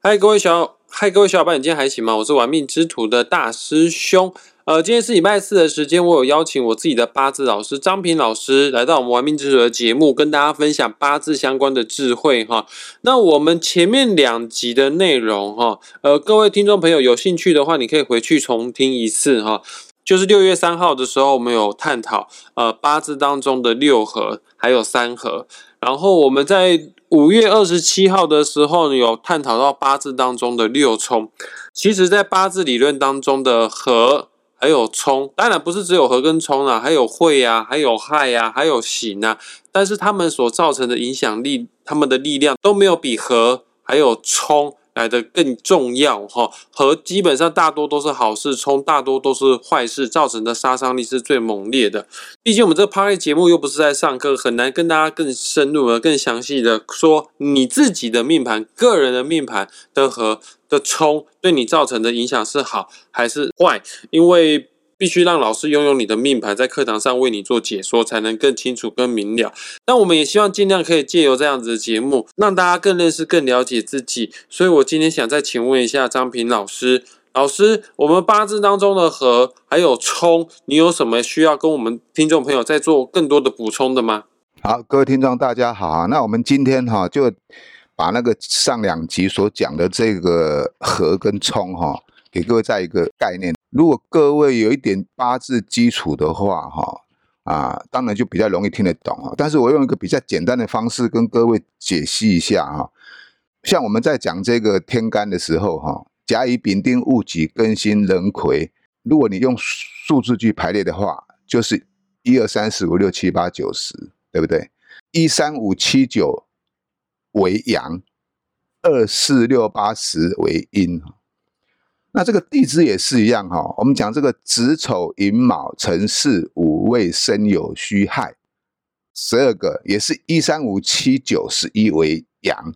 各位小伙伴，你今天还行吗？我是玩命之徒的大师兄。今天是礼拜四的时间，我有邀请我自己的八字老师张平老师来到我们玩命之徒的节目，跟大家分享八字相关的智慧哈。那我们前面2集的内容哈，各位听众朋友有兴趣的话，你可以回去重听一次哈。就是6月3号的时候，我们有探讨八字当中的6合还有3合，然后我们在5月27号的时候有探讨到八字当中的6冲。其实在八字理论当中的合还有冲，当然不是只有合跟冲啊，还有会啊，还有害啊，还有刑啊，但是他们所造成的影响力，他们的力量都没有比合还有冲来的更重要哈。合基本上大多都是好事，冲大多都是坏事，造成的杀伤力是最猛烈的。毕竟我们这个 Podcast 节目又不是在上课，很难跟大家更深入的、更详细的说你自己的命盘、个人的命盘的合的冲对你造成的影响是好还是坏，因为必须让老师拥有你的命盘，在课堂上为你做解说，才能更清楚、更明了。那我们也希望尽量可以借由这样子的节目，让大家更认识、更了解自己。所以我今天想再请问一下张平老师，我们八字当中的合还有冲，你有什么需要跟我们听众朋友再做更多的补充的吗？ 好，各位听众大家好，那我们今天就把那个上2集所讲的这个合跟冲给各位再一个概念。如果各位有一点八字基础的话当然就比较容易听得懂但是我用一个比较简单的方式跟各位解析一下像我们在讲这个天干的时候甲乙丙丁戊己庚辛壬癸，如果你用数字去排列的话，就是1 2 3 4 5 6 7 8 9 10，对不对？1 3 5 7 9为阳，2 4 6 8 10为阴。那这个地支也是一样我们讲这个子丑寅卯辰巳午未申酉戌亥12个，也是1 3 5 7 9 11为阳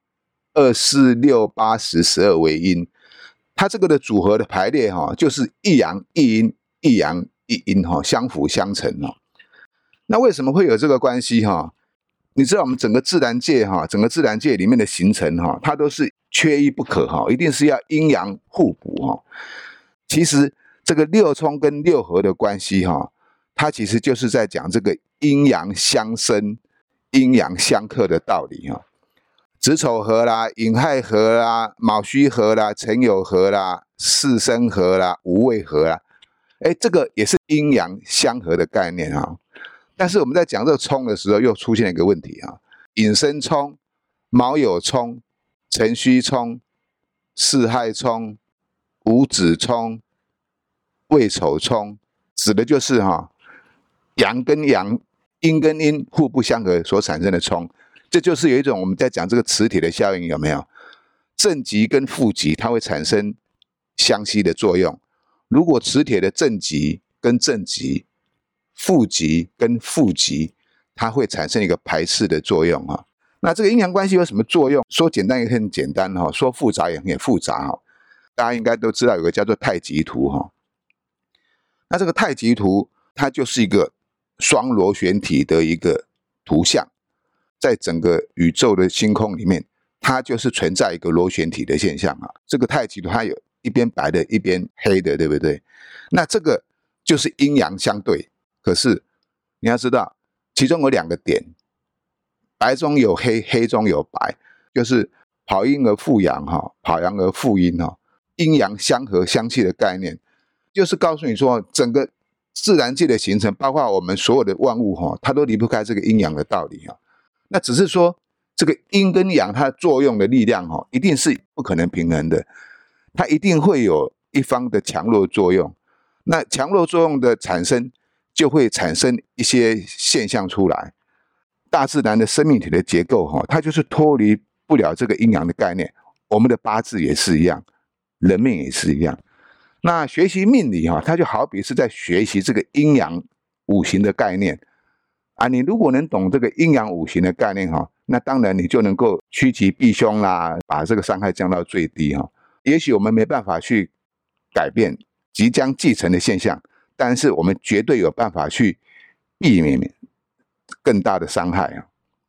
，2 4 6 8 10 12为阴。它这个的组合的排列就是一阳一阴，一阳一阴相辅相成那为什么会有这个关系你知道我们整个自然界里面的形成它都是缺一不可一定是要阴阳互补其实这个6冲跟6合的关系它其实就是在讲这个阴阳相生、阴阳相克的道理子丑合啦、寅亥合啦、卯戌合啦、辰酉合啦、巳申合啦、午未合啦，这个也是阴阳相合的概念但是我们在讲这个冲的时候，又出现了一个问题寅申冲、卯酉冲、辰戌冲、巳亥冲、午子冲、未丑冲，指的就是阳跟阳、阴跟阴互不相合所产生的冲。这就是有一种我们在讲这个磁铁的效应，有没有？正极跟负极它会产生相吸的作用。如果磁铁的正极跟正极、负极跟负极，它会产生一个排斥的作用那这个阴阳关系有什么作用？说简单也很简单说复杂也很复杂大家应该都知道有个叫做太极图那这个太极图它就是一个双螺旋体的一个图像，在整个宇宙的星空里面，它就是存在一个螺旋体的现象这个太极图它有一边白的一边黑的，对不对？那这个就是阴阳相对。可是你要知道其中有2个点，白中有黑，黑中有白，就是跑阴而复阳跑阳而复阴阴阳相合相契的概念，就是告诉你说整个自然界的形成，包括我们所有的万物它都离不开这个阴阳的道理那只是说这个阴跟阳它作用的力量一定是不可能平衡的，它一定会有一方的强弱作用。那强弱作用的产生就会产生一些现象出来。大自然的生命体的结构它就是脱离不了这个阴阳的概念。我们的八字也是一样，人命也是一样。那学习命理它就好比是在学习这个阴阳五行的概念你如果能懂这个阴阳五行的概念那当然你就能够趋吉避凶啦，把这个伤害降到最低也许我们没办法去改变即将继承的现象，但是我们绝对有办法去避免更大的伤害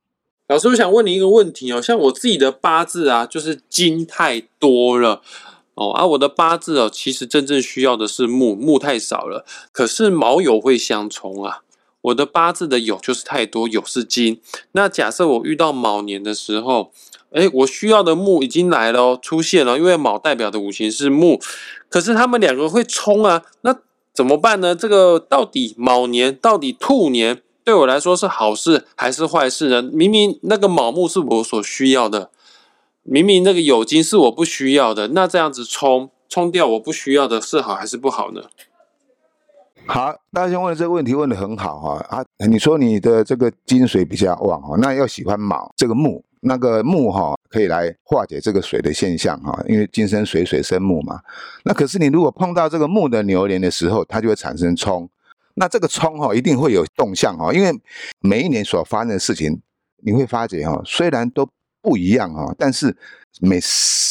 老师，我想问你一个问题哦，像我自己的八字啊，就是金太多了哦，我的八字哦，其实真正需要的是木，木太少了，可是卯酉会相冲啊。我的八字的酉就是太多，酉是金。那假设我遇到卯年的时候，我需要的木已经来了哦，出现了，因为卯代表的五行是木，可是他们两个会冲啊，那怎么办呢？这个到底卯年，到底兔年？对我来说是好事还是坏事呢？明明那个卯木是我所需要的，明明那个酉金是我不需要的，那这样子冲掉我不需要的是好还是不好呢？ 好，大兄问的这个问题问得很好哈你说你的这个金水比较旺哈，那要喜欢卯这个木，那个木哈可以来化解这个水的现象哈，因为金生水，水生木嘛。那可是你如果碰到这个木的牛年的时候，它就会产生冲。那这个冲一定会有动向因为每一年所发生的事情，你会发觉虽然都不一样但是每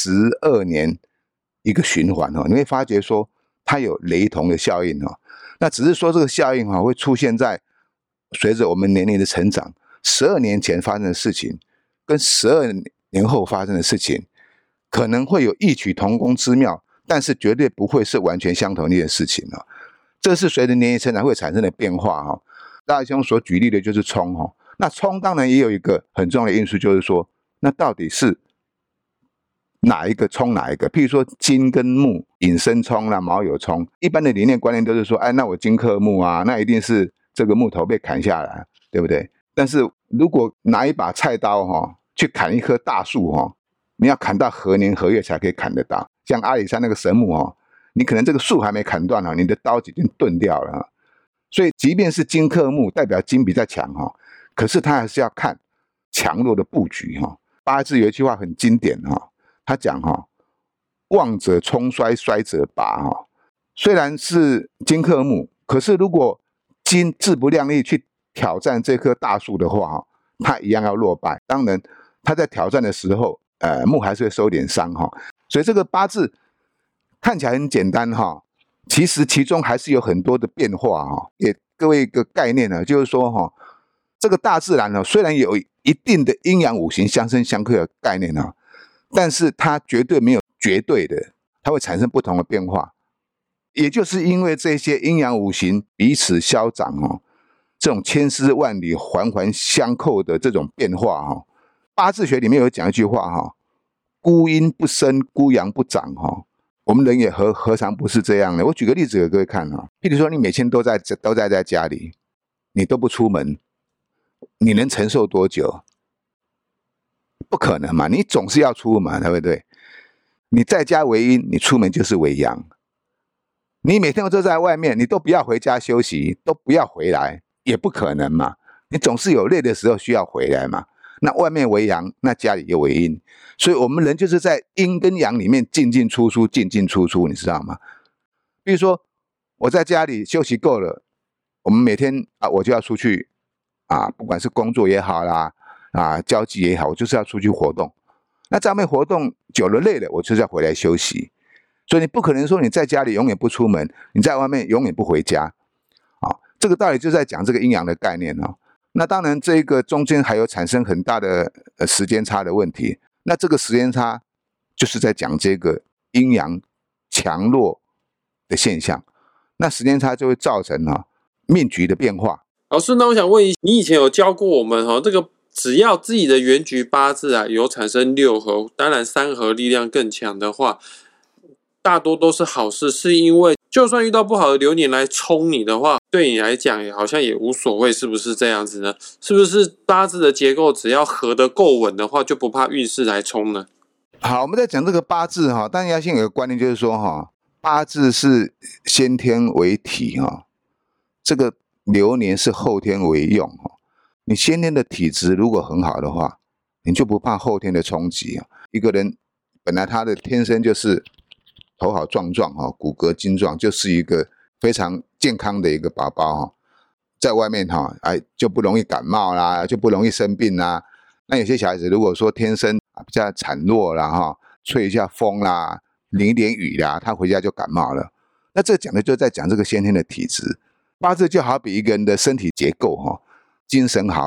12年一个循环你会发觉说它有雷同的效应那只是说这个效应会出现在随着我们年龄的成长，12年前发生的事情跟12年后发生的事情可能会有异曲同工之妙，但是绝对不会是完全相同的一件事情这是随着年龄成长会产生的变化大兄所举例的就是冲那冲当然也有一个很重要的因素，就是说那到底是哪一个冲哪一个？譬如说金跟木引申冲啦，卯酉冲，一般的理念观念都是说，那我金克木啊，那一定是这个木头被砍下来，对不对？但是如果拿一把菜刀去砍一棵大树你要砍到何年何月才可以砍得到？像阿里山那个神木你可能这个树还没砍断你的刀已经钝掉了所以即便是金克木，代表金比较强可是他还是要看强弱的布局八字有一句话很经典他讲旺者冲衰，衰者拔虽然是金克木，可是如果金自不量力去挑战这棵大树的话他一样要落败。当然他在挑战的时候木还是会受点伤所以这个八字看起来很简单其实其中还是有很多的变化给各位一个概念就是说这个大自然虽然有一定的阴阳五行相生相克的概念但是它绝对没有绝对的，它会产生不同的变化。也就是因为这些阴阳五行彼此消长这种千丝万缕环环相扣的这种变化八字学里面有讲一句话孤阴不生，孤阳不长我们人也何尝不是这样呢？我举个例子给各位看譬如说你每天都在家里，你都不出门，你能承受多久？不可能嘛，你总是要出门，对不对？你在家为阴，你出门就是为阳。你每天都在外面，你都不要回家休息，都不要回来，也不可能嘛。你总是有累的时候需要回来嘛。那外面为阳，那家里又为阴，所以我们人就是在阴跟阳里面进进出出，进进出出，你知道吗？比如说我在家里休息够了，我们每天我就要出去不管是工作也好啦交际也好，我就是要出去活动。那在外面活动久了累了，我就是要回来休息。所以你不可能说你在家里永远不出门，你在外面永远不回家这个道理就在讲这个阴阳的概念那当然这个中间还有产生很大的时间差的问题，那这个时间差就是在讲这个阴阳强弱的现象，那时间差就会造成命局的变化。 老师，那我想问一下，你以前有教过我们这个只要自己的原局八字有产生六合，当然三合力量更强的话，大多都是好事，是因为就算遇到不好的流年来冲你的话，对你来讲好像也无所谓，是不是这样子呢？是不是八字的结构只要合得够稳的话，就不怕运势来冲呢？ 好，我们在讲这个八字但是要先有个观念，就是说八字是先天为体这个流年是后天为用你先天的体质如果很好的话，你就不怕后天的冲击一个人本来他的天生就是头好壮壮骨骼精壮，就是一个非常健康的一个宝宝在外面就不容易感冒啦，就不容易生病啦。那有些小孩子如果说天生比较孱弱啦吹一下风啦，淋一点雨啦，他回家就感冒了。那这讲的就在讲这个先天的体质。八字就好比一个人的身体结构精神好啦，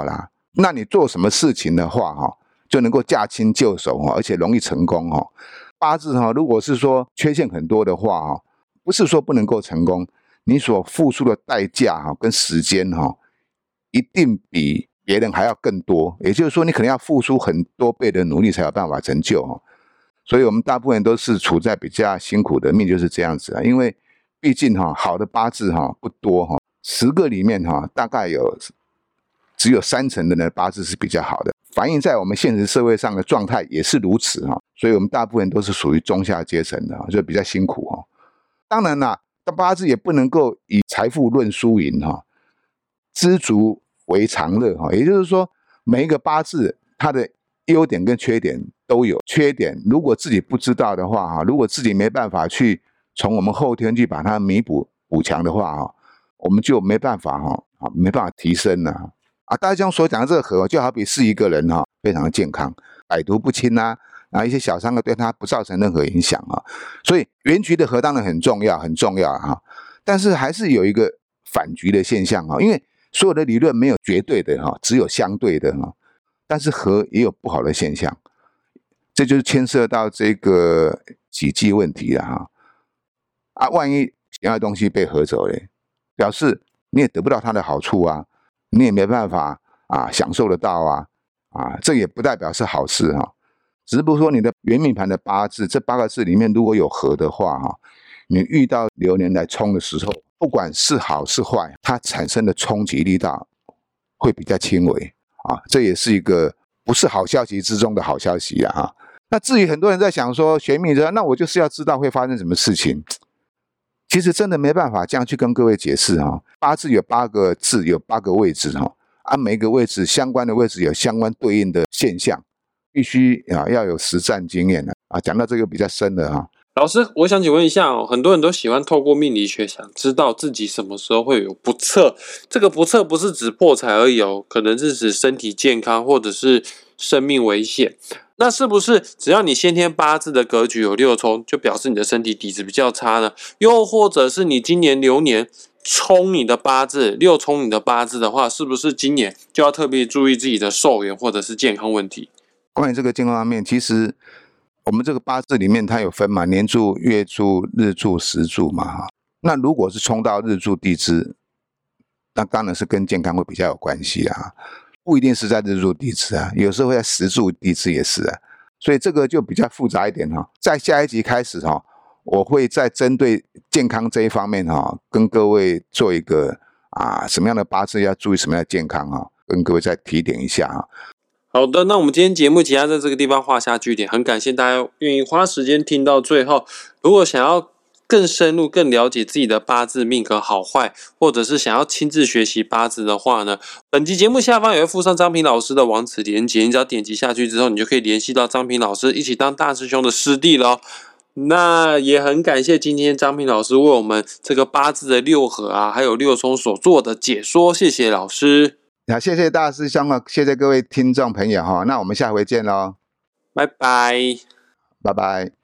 那你做什么事情的话就能够驾轻就熟而且容易成功八字如果是说缺陷很多的话不是说不能够成功，你所付出的代价跟时间一定比别人还要更多，也就是说你可能要付出很多倍的努力才有办法成就所以我们大部分都是处在比较辛苦的命，就是这样子因为毕竟好的八字不多10个里面大概只有30%的人的八字是比较好的，反映在我们现实社会上的状态也是如此所以我们大部分都是属于中下阶层的就比较辛苦当然啦，八字也不能够以财富论输赢知足为常乐也就是说每一个八字它的优点跟缺点都有，缺点如果自己不知道的话如果自己没办法去从我们后天去把它弥补强的话我们就没办法提升了大家所讲的这个合就好比是一个人非常的健康，百毒不侵一些小伤对他不造成任何影响所以原局的合当然很重要但是还是有一个反局的现象因为所有的理论没有绝对的只有相对的但是合也有不好的现象，这就是牵涉到这个己忌问题了万一想要的东西被合走了，表示你也得不到它的好处你也没办法享受得到这也不代表是好事只不过说你的原命盘的八字，这8个字里面如果有合的话你遇到流年来冲的时候，不管是好是坏，它产生的冲击力道会比较轻微这也是一个不是好消息之中的好消息那至于很多人在想说学命理那我就是要知道会发生什么事情，其实真的没办法这样去跟各位解释八字有8个字，有8个位置每个位置相关的位置有相关对应的现象，必须要有实战经验讲到这个比较深的老师，我想请问一下很多人都喜欢透过命理学想知道自己什么时候会有不测，这个不测不是指破财而已可能是指身体健康或者是生命危险。那是不是只要你先天八字的格局有6冲，就表示你的身体底子比较差呢？又或者是你今年流年冲你的八字，6冲你的八字的话，是不是今年就要特别注意自己的寿元或者是健康问题？ 关于这个健康方面，其实我们这个八字里面它有分嘛，年柱、月柱、日柱、时柱嘛那如果是冲到日柱地支，那当然是跟健康会比较有关系不一定是在日柱地支有时候会在时柱地支也是所以这个就比较复杂一点在下一集开始我会再针对健康这一方面跟各位做一个什么样的八字要注意什么样的健康跟各位再提点一下好的，那我们今天节目即将在这个地方画下句点，很感谢大家愿意花时间听到最后。如果想要更深入、更了解自己的八字命格好坏，或者是想要亲自学习八字的话呢，本期节目下方也会附上张平老师的网址连结，你只要点击下去之后，你就可以联系到张平老师，一起当大师兄的师弟咯。那也很感谢今天张平老师为我们这个八字的6合还有6冲所做的解说，谢谢老师。 谢谢大师兄谢谢各位听众朋友那我们下回见咯， 拜拜， 拜拜。